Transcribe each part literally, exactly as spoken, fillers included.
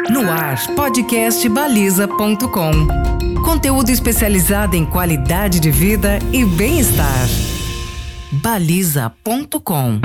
No ar, podcast baliza ponto com. Conteúdo especializado em qualidade de vida e bem-estar. baliza ponto com.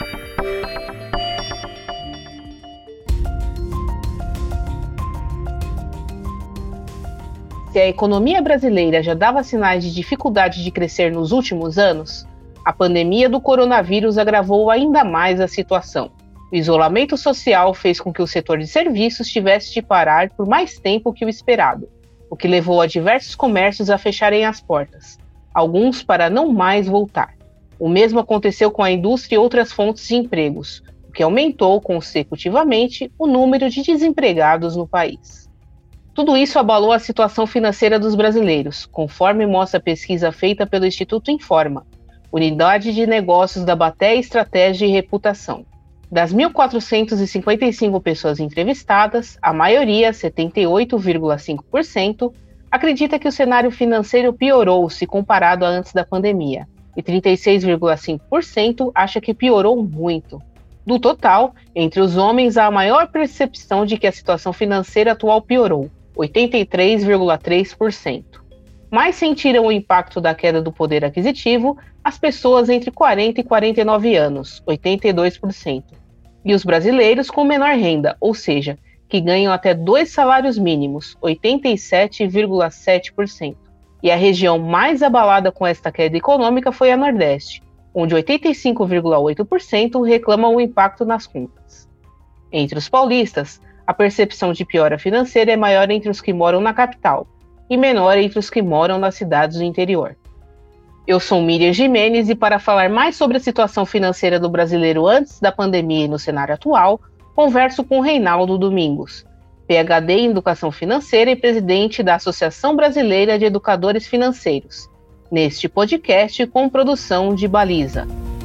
Se a economia brasileira já dava sinais de dificuldade de crescer nos últimos anos, a pandemia do coronavírus agravou ainda mais a situação. O isolamento social fez com que o setor de serviços tivesse de parar por mais tempo que o esperado, o que levou a diversos comércios a fecharem as portas, alguns para não mais voltar. O mesmo aconteceu com a indústria e outras fontes de empregos, o que aumentou consecutivamente o número de desempregados no país. Tudo isso abalou a situação financeira dos brasileiros, conforme mostra a pesquisa feita pelo Instituto Informa, Unidade de Negócios da Baté Estratégia e Reputação. Das mil quatrocentas e cinquenta e cinco pessoas entrevistadas, a maioria, setenta e oito vírgula cinco por cento, acredita que o cenário financeiro piorou se comparado a antes da pandemia, e trinta e seis vírgula cinco por cento acha que piorou muito. Do total, entre os homens há a maior percepção de que a situação financeira atual piorou, oitenta e três vírgula três por cento. Mais sentiram o impacto da queda do poder aquisitivo as pessoas entre quarenta e quarenta e nove anos, oitenta e dois por cento. E os brasileiros com menor renda, ou seja, que ganham até dois salários mínimos, oitenta e sete vírgula sete por cento. E a região mais abalada com esta queda econômica foi a Nordeste, onde oitenta e cinco vírgula oito por cento reclamam o impacto nas contas. Entre os paulistas, a percepção de piora financeira é maior entre os que moram na capital e menor entre os que moram nas cidades do interior. Eu sou Miriam Gimenez e para falar mais sobre a situação financeira do brasileiro antes da pandemia e no cenário atual, converso com Reinaldo Domingos, P H D em Educação Financeira e presidente da Associação Brasileira de Educadores Financeiros, neste podcast com produção de Baliza.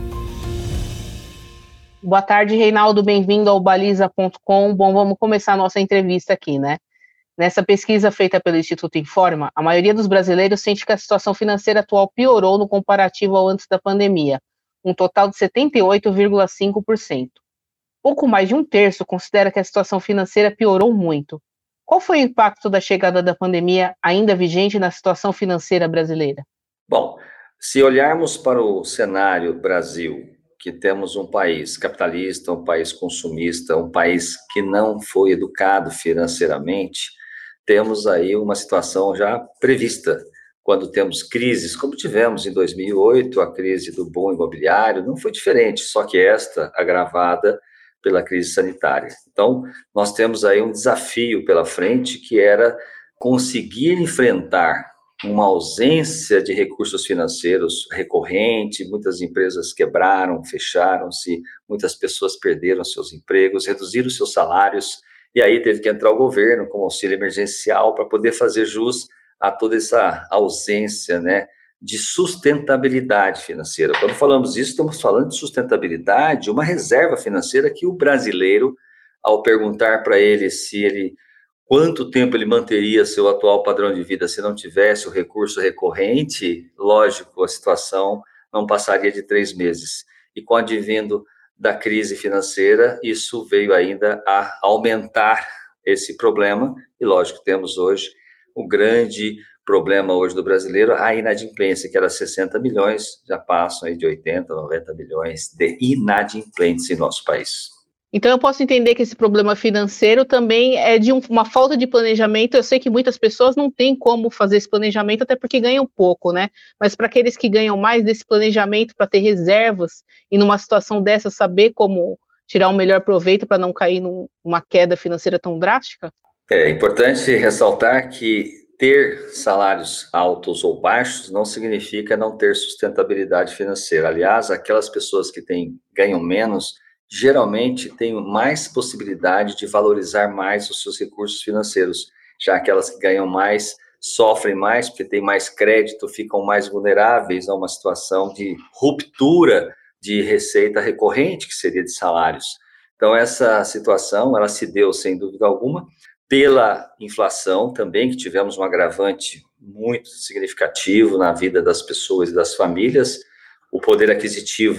Boa tarde, Reinaldo, bem-vindo ao baliza ponto com. Bom, vamos começar a nossa entrevista aqui, né? Nessa pesquisa feita pelo Instituto Informa, a maioria dos brasileiros sente que a situação financeira atual piorou no comparativo ao antes da pandemia, um total de setenta e oito vírgula cinco por cento. Pouco mais de um terço considera que a situação financeira piorou muito. Qual foi o impacto da chegada da pandemia ainda vigente na situação financeira brasileira? Bom, se olharmos para o cenário Brasil, que temos um país capitalista, um país consumista, um país que não foi educado financeiramente, temos aí uma situação já prevista. Quando temos crises, como tivemos em dois mil e oito, a crise do boom imobiliário, não foi diferente, só que esta agravada pela crise sanitária. Então, nós temos aí um desafio pela frente, que era conseguir enfrentar uma ausência de recursos financeiros recorrente, muitas empresas quebraram, fecharam-se, muitas pessoas perderam seus empregos, reduziram seus salários, e aí teve que entrar o governo com auxílio emergencial para poder fazer jus a toda essa ausência, né, de sustentabilidade financeira. Quando falamos isso, estamos falando de sustentabilidade, uma reserva financeira que o brasileiro, ao perguntar para ele se ele quanto tempo ele manteria seu atual padrão de vida se não tivesse o recurso recorrente, lógico, a situação não passaria de três meses. E com o advindo da crise financeira, isso veio ainda a aumentar esse problema. E lógico, temos hoje o grande problema hoje do brasileiro, a inadimplência, que era sessenta milhões, já passam aí de oitenta, noventa milhões de inadimplentes em nosso país. Então eu posso entender que esse problema financeiro também é de um, uma falta de planejamento. Eu sei que muitas pessoas não têm como fazer esse planejamento, até porque ganham pouco, né? Mas para aqueles que ganham mais desse planejamento, para ter reservas, e numa situação dessa, saber como tirar o melhor proveito para não cair numa queda financeira tão drástica? É importante ressaltar que ter salários altos ou baixos não significa não ter sustentabilidade financeira. Aliás, aquelas pessoas que têm, ganham menos, geralmente têm mais possibilidade de valorizar mais os seus recursos financeiros, já aquelas que ganham mais sofrem mais, porque têm mais crédito, ficam mais vulneráveis a uma situação de ruptura de receita recorrente, que seria de salários. Então, essa situação, ela se deu, sem dúvida alguma, pela inflação também, que tivemos um agravante muito significativo na vida das pessoas e das famílias. O poder aquisitivo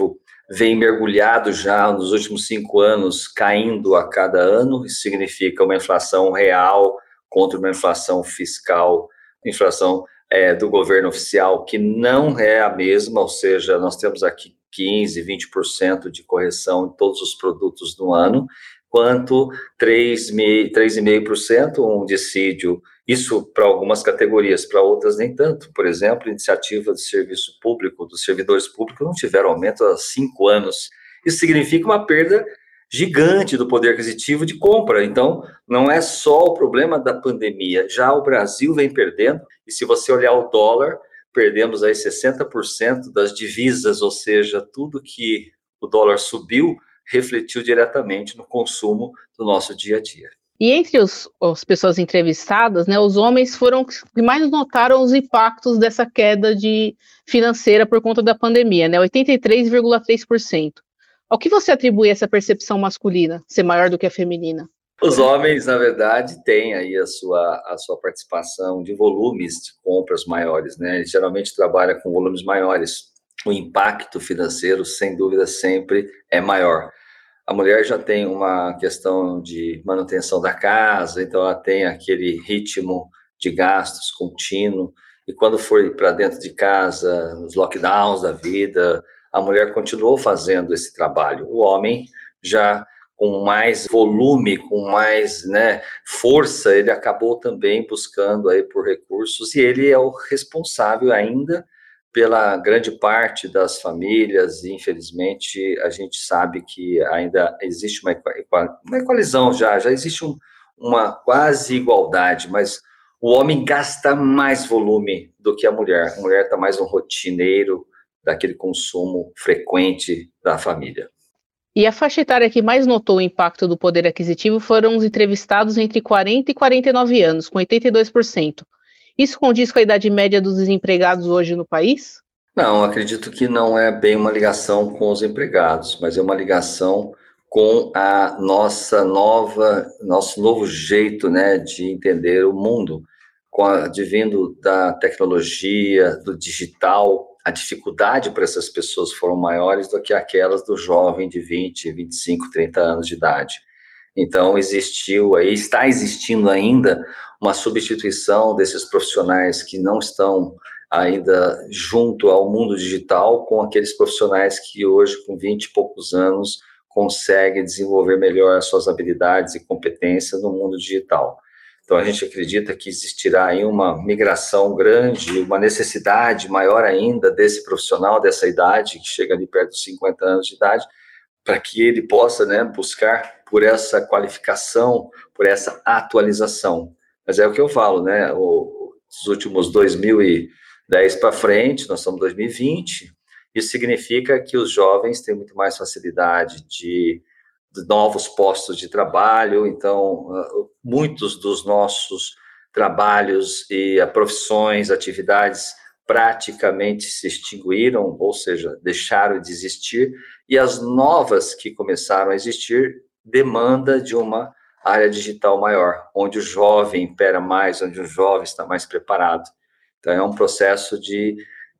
vem mergulhado já nos últimos cinco anos, caindo a cada ano. Isso significa uma inflação real contra uma inflação fiscal, inflação é, do governo oficial, que não é a mesma, ou seja, nós temos aqui quinze, vinte por cento de correção em todos os produtos do ano, quanto três vírgula cinco por cento um dissídio, isso para algumas categorias, para outras nem tanto. Por exemplo, iniciativa de serviço público, dos servidores públicos não tiveram aumento há cinco anos. Isso significa uma perda gigante do poder aquisitivo de compra. Então, não é só o problema da pandemia, já o Brasil vem perdendo, e se você olhar o dólar, perdemos aí sessenta por cento das divisas, ou seja, tudo que o dólar subiu, refletiu diretamente no consumo do nosso dia a dia. E entre os, as pessoas entrevistadas, né, os homens foram os que mais notaram os impactos dessa queda de financeira por conta da pandemia, né, oitenta e três vírgula três por cento. Ao que você atribui essa percepção masculina ser maior do que a feminina? Os homens, na verdade, têm aí a sua, a sua participação de volumes de compras maiores, né? Eles geralmente trabalham com volumes maiores. O impacto financeiro, sem dúvida, sempre é maior. A mulher já tem uma questão de manutenção da casa, então ela tem aquele ritmo de gastos contínuo, e quando for para dentro de casa, os lockdowns da vida, a mulher continuou fazendo esse trabalho. O homem já com mais volume, com mais, né, força, ele acabou também buscando aí por recursos, e ele é o responsável ainda pela grande parte das famílias, e infelizmente a gente sabe que ainda existe uma, uma equalização já, já existe um, uma quase igualdade, mas o homem gasta mais volume do que a mulher. A mulher está mais um rotineiro daquele consumo frequente da família. E a faixa etária que mais notou o impacto do poder aquisitivo foram os entrevistados entre quarenta e quarenta e nove anos, com oitenta e dois por cento. Isso condiz com a idade média dos desempregados hoje no país? Não, acredito que não é bem uma ligação com os empregados, mas é uma ligação com a nossa nova, nosso novo jeito, né, de entender o mundo, com a, advindo da tecnologia, do digital. A dificuldade para essas pessoas foram maiores do que aquelas do jovem de vinte, vinte e cinco, trinta anos de idade. Então, existiu aí, está existindo ainda uma substituição desses profissionais que não estão ainda junto ao mundo digital com aqueles profissionais que hoje, com vinte e poucos anos, conseguem desenvolver melhor as suas habilidades e competências no mundo digital. Então, a gente acredita que existirá aí uma migração grande, uma necessidade maior ainda desse profissional dessa idade, que chega ali perto dos cinquenta anos de idade, para que ele possa, né, buscar por essa qualificação, por essa atualização. Mas é o que eu falo, né, os últimos dois mil e dez para frente, nós estamos em dois mil e vinte, isso significa que os jovens têm muito mais facilidade de de novos postos de trabalho, então muitos dos nossos trabalhos e profissões, atividades praticamente se extinguiram, ou seja, deixaram de existir, e as novas que começaram a existir demanda de uma área digital maior, onde o jovem impera mais, onde o jovem está mais preparado. Então é um processo de,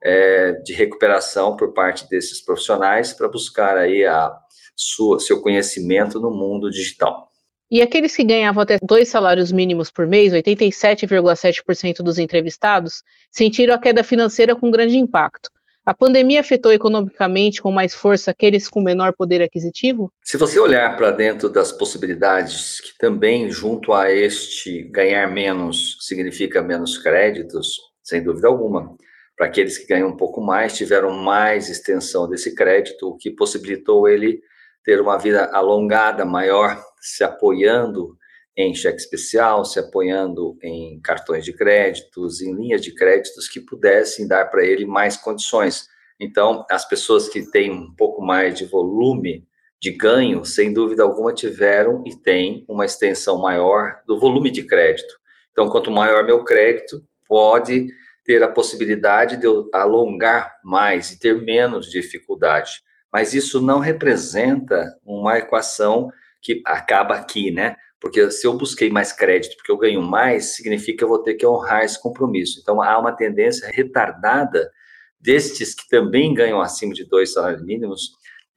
é, de recuperação por parte desses profissionais para buscar aí a Sua, seu conhecimento no mundo digital. E aqueles que ganhavam até dois salários mínimos por mês, oitenta e sete vírgula sete por cento dos entrevistados, sentiram a queda financeira com grande impacto. A pandemia afetou economicamente com mais força aqueles com menor poder aquisitivo? Se você olhar para dentro das possibilidades, que também junto a este ganhar menos significa menos créditos, sem dúvida alguma. Para aqueles que ganham um pouco mais, tiveram mais extensão desse crédito, o que possibilitou ele ter uma vida alongada, maior, se apoiando em cheque especial, se apoiando em cartões de créditos, em linhas de créditos que pudessem dar para ele mais condições. Então, as pessoas que têm um pouco mais de volume de ganho, sem dúvida alguma, tiveram e têm uma extensão maior do volume de crédito. Então, quanto maior meu crédito, pode ter a possibilidade de eu alongar mais e ter menos dificuldade. Mas isso não representa uma equação que acaba aqui, né? Porque se eu busquei mais crédito porque eu ganho mais, significa que eu vou ter que honrar esse compromisso. Então, há uma tendência retardada destes que também ganham acima de dois salários mínimos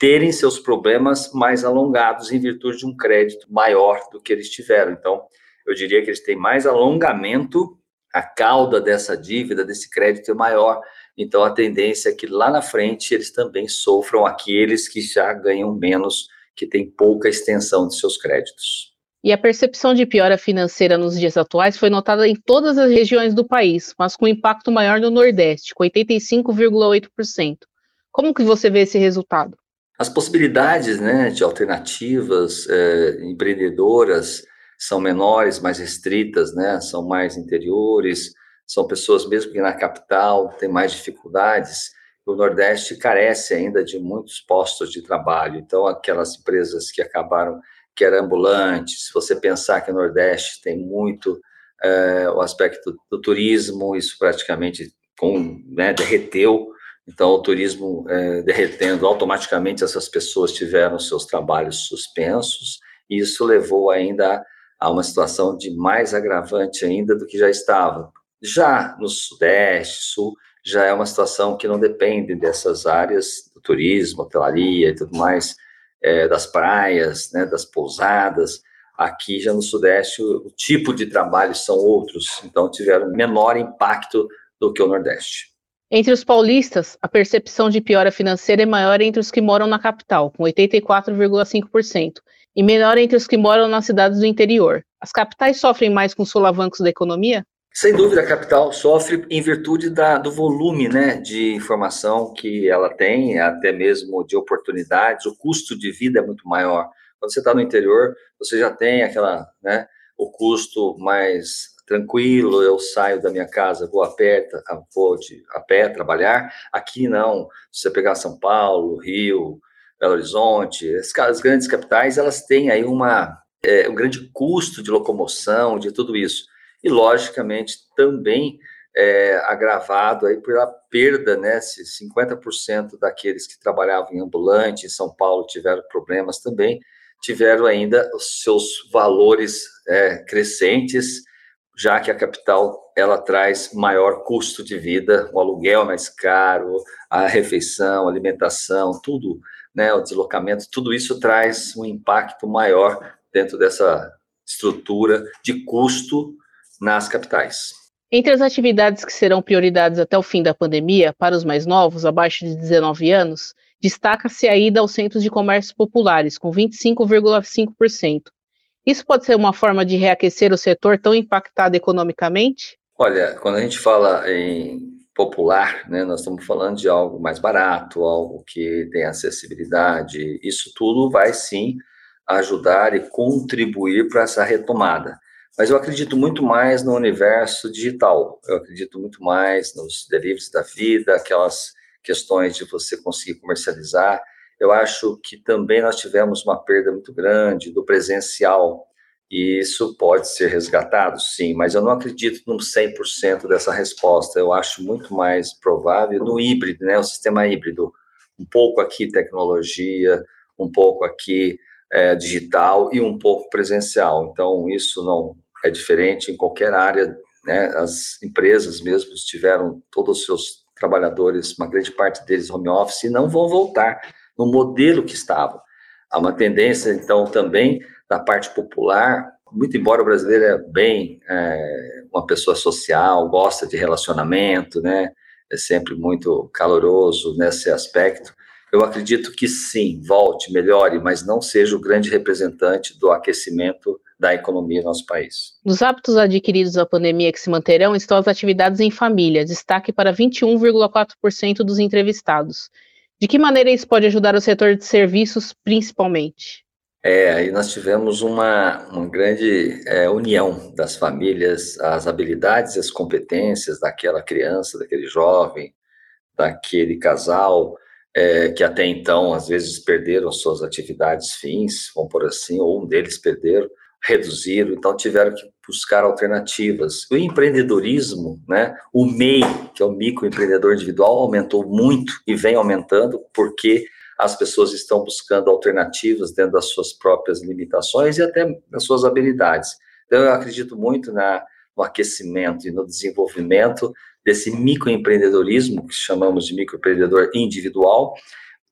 terem seus problemas mais alongados em virtude de um crédito maior do que eles tiveram. Então, eu diria que eles têm mais alongamento, a cauda dessa dívida, desse crédito é maior. Então, a tendência é que lá na frente eles também sofram aqueles que já ganham menos, que têm pouca extensão de seus créditos. E a percepção de piora financeira nos dias atuais foi notada em todas as regiões do país, mas com impacto maior no Nordeste, com oitenta e cinco vírgula oito por cento. Como que você vê esse resultado? As possibilidades, né, de alternativas eh, empreendedoras são menores, mais restritas, né, são mais interiores, são pessoas mesmo que na capital têm mais dificuldades. O Nordeste carece ainda de muitos postos de trabalho, então aquelas empresas que acabaram, que eram ambulantes, se você pensar que o Nordeste tem muito eh, o aspecto do turismo, isso praticamente com, né, derreteu. Então, o turismo é, derretendo, automaticamente essas pessoas tiveram seus trabalhos suspensos, e isso levou ainda a uma situação de mais agravante ainda do que já estava. Já no Sudeste, Sul, já é uma situação que não depende dessas áreas do turismo, hotelaria e tudo mais, é, das praias, né, das pousadas. Aqui já no Sudeste, o, o tipo de trabalho são outros, então tiveram menor impacto do que o Nordeste. Entre os paulistas, a percepção de piora financeira é maior entre os que moram na capital, com oitenta e quatro vírgula cinco por cento, e menor entre os que moram nas cidades do interior. As capitais sofrem mais com os solavancos da economia? Sem dúvida, a capital sofre em virtude da, do volume, né, de informação que ela tem, até mesmo de oportunidades. O custo de vida é muito maior. Quando você está no interior, você já tem aquela, né, o custo mais tranquilo, eu saio da minha casa, vou a pé, vou de, a pé trabalhar. Aqui não, se você pegar São Paulo, Rio, Belo Horizonte, as, as grandes capitais, elas têm aí uma, é, um grande custo de locomoção, de tudo isso. E, logicamente, também é, agravado aí pela perda, né, se cinquenta por cento daqueles que trabalhavam em ambulante em São Paulo tiveram problemas também, tiveram ainda os seus valores é, crescentes, já que a capital, ela traz maior custo de vida, o aluguel é mais caro, a refeição, a alimentação, tudo, né, o deslocamento, tudo isso traz um impacto maior dentro dessa estrutura de custo nas capitais. Entre as atividades que serão prioridades até o fim da pandemia, para os mais novos, abaixo de dezenove anos, destaca-se a ida aos centros de comércio populares, com vinte e cinco vírgula cinco por cento. Isso pode ser uma forma de reaquecer o setor tão impactado economicamente? Olha, quando a gente fala em popular, né, nós estamos falando de algo mais barato, algo que tem acessibilidade. Isso tudo vai, sim, ajudar e contribuir para essa retomada. Mas eu acredito muito mais no universo digital. Eu acredito muito mais nos deliveries da vida, aquelas questões de você conseguir comercializar. Eu acho que também nós tivemos uma perda muito grande do presencial, e isso pode ser resgatado, sim, mas eu não acredito no cem por cento dessa resposta. Eu acho muito mais provável no híbrido, né, o sistema híbrido, um pouco aqui tecnologia, um pouco aqui é, digital e um pouco presencial. Então, isso não é diferente em qualquer área, né, as empresas mesmo tiveram todos os seus trabalhadores, uma grande parte deles home office, e não vão voltar no modelo que estavam. Há uma tendência, então, também da parte popular, muito embora o brasileiro é bem é, uma pessoa social, gosta de relacionamento, né, é sempre muito caloroso nesse aspecto, eu acredito que sim, volte, melhore, mas não seja o grande representante do aquecimento da economia do nosso país. Nos hábitos adquiridos da pandemia que se manterão estão as atividades em família, destaque para vinte e um vírgula quatro por cento dos entrevistados. De que maneira isso pode ajudar o setor de serviços, principalmente? É, aí nós tivemos uma, uma grande é, união das famílias, as habilidades e as competências daquela criança, daquele jovem, daquele casal, é, que até então, às vezes, perderam suas atividades fins, vamos por assim, ou um deles perderam, reduziram, então tiveram que buscar alternativas. O empreendedorismo, né, o M E I, que é o microempreendedor individual, aumentou muito e vem aumentando porque as pessoas estão buscando alternativas dentro das suas próprias limitações e até das suas habilidades. Então, eu acredito muito na, no aquecimento e no desenvolvimento desse microempreendedorismo, que chamamos de microempreendedor individual,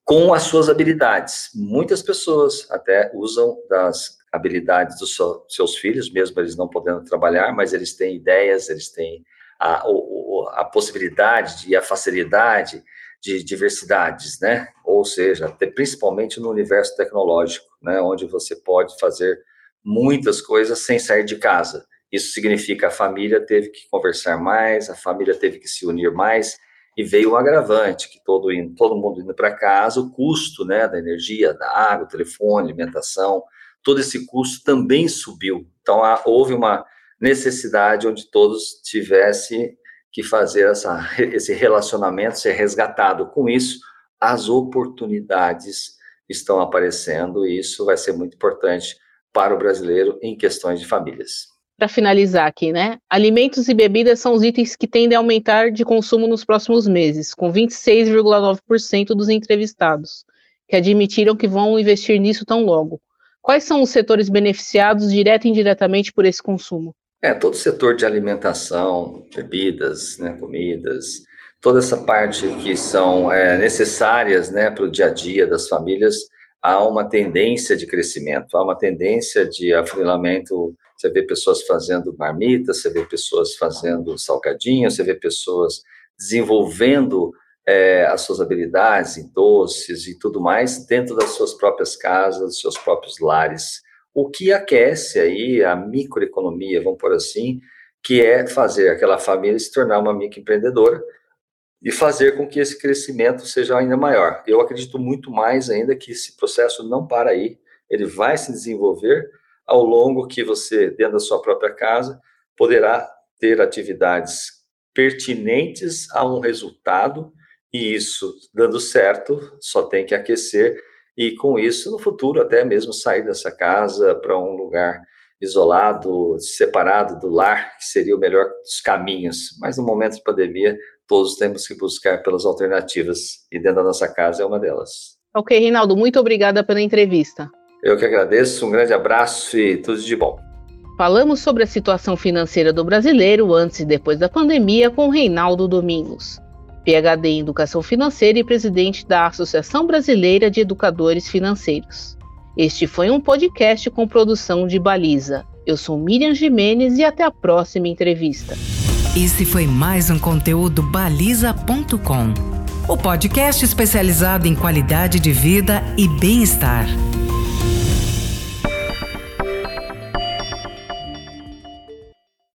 com as suas habilidades. Muitas pessoas até usam das habilidades dos seus filhos, mesmo eles não podendo trabalhar, mas eles têm ideias, eles têm a, a possibilidade e a facilidade de diversidades, né? Ou seja, principalmente no universo tecnológico, né? Onde você pode fazer muitas coisas sem sair de casa. Isso significa que a família teve que conversar mais, a família teve que se unir mais, e veio um agravante, que todo, todo mundo indo para casa, o custo, né, da energia, da água, telefone, alimentação, todo esse custo também subiu. Então, há, houve uma necessidade onde todos tivessem que fazer essa, esse relacionamento ser resgatado. Com isso, as oportunidades estão aparecendo, e isso vai ser muito importante para o brasileiro em questões de famílias. Para finalizar aqui, né? Alimentos e bebidas são os itens que tendem a aumentar de consumo nos próximos meses, com vinte e seis vírgula nove por cento dos entrevistados, que admitiram que vão investir nisso tão logo. Quais são os setores beneficiados direta e indiretamente por esse consumo? É, todo o setor de alimentação, bebidas, né, comidas, toda essa parte que são é, necessárias, né, para o dia a dia das famílias, há uma tendência de crescimento, há uma tendência de afunilamento. Você vê pessoas fazendo marmitas, você vê pessoas fazendo salgadinhos, você vê pessoas desenvolvendo é, as suas habilidades em doces e tudo mais dentro das suas próprias casas, dos seus próprios lares. O que aquece aí a microeconomia, vamos por assim, que é fazer aquela família se tornar uma microempreendedora e fazer com que esse crescimento seja ainda maior. Eu acredito muito mais ainda que esse processo não para aí, ele vai se desenvolver ao longo que você, dentro da sua própria casa, poderá ter atividades pertinentes a um resultado, e isso, dando certo, só tem que aquecer, e com isso, no futuro, até mesmo sair dessa casa para um lugar isolado, separado do lar, que seria o melhor dos caminhos. Mas no momento de pandemia, todos temos que buscar pelas alternativas, e dentro da nossa casa é uma delas. Ok, Reinaldo, muito obrigada pela entrevista. Eu que agradeço, um grande abraço e tudo de bom. Falamos sobre a situação financeira do brasileiro antes e depois da pandemia com Reinaldo Domingos, P H D em Educação Financeira e presidente da Associação Brasileira de Educadores Financeiros. Este foi um podcast com produção de Baliza. Eu sou Miriam Gimenez e até a próxima entrevista. Esse foi mais um conteúdo baliza ponto com, o podcast especializado em qualidade de vida e bem-estar.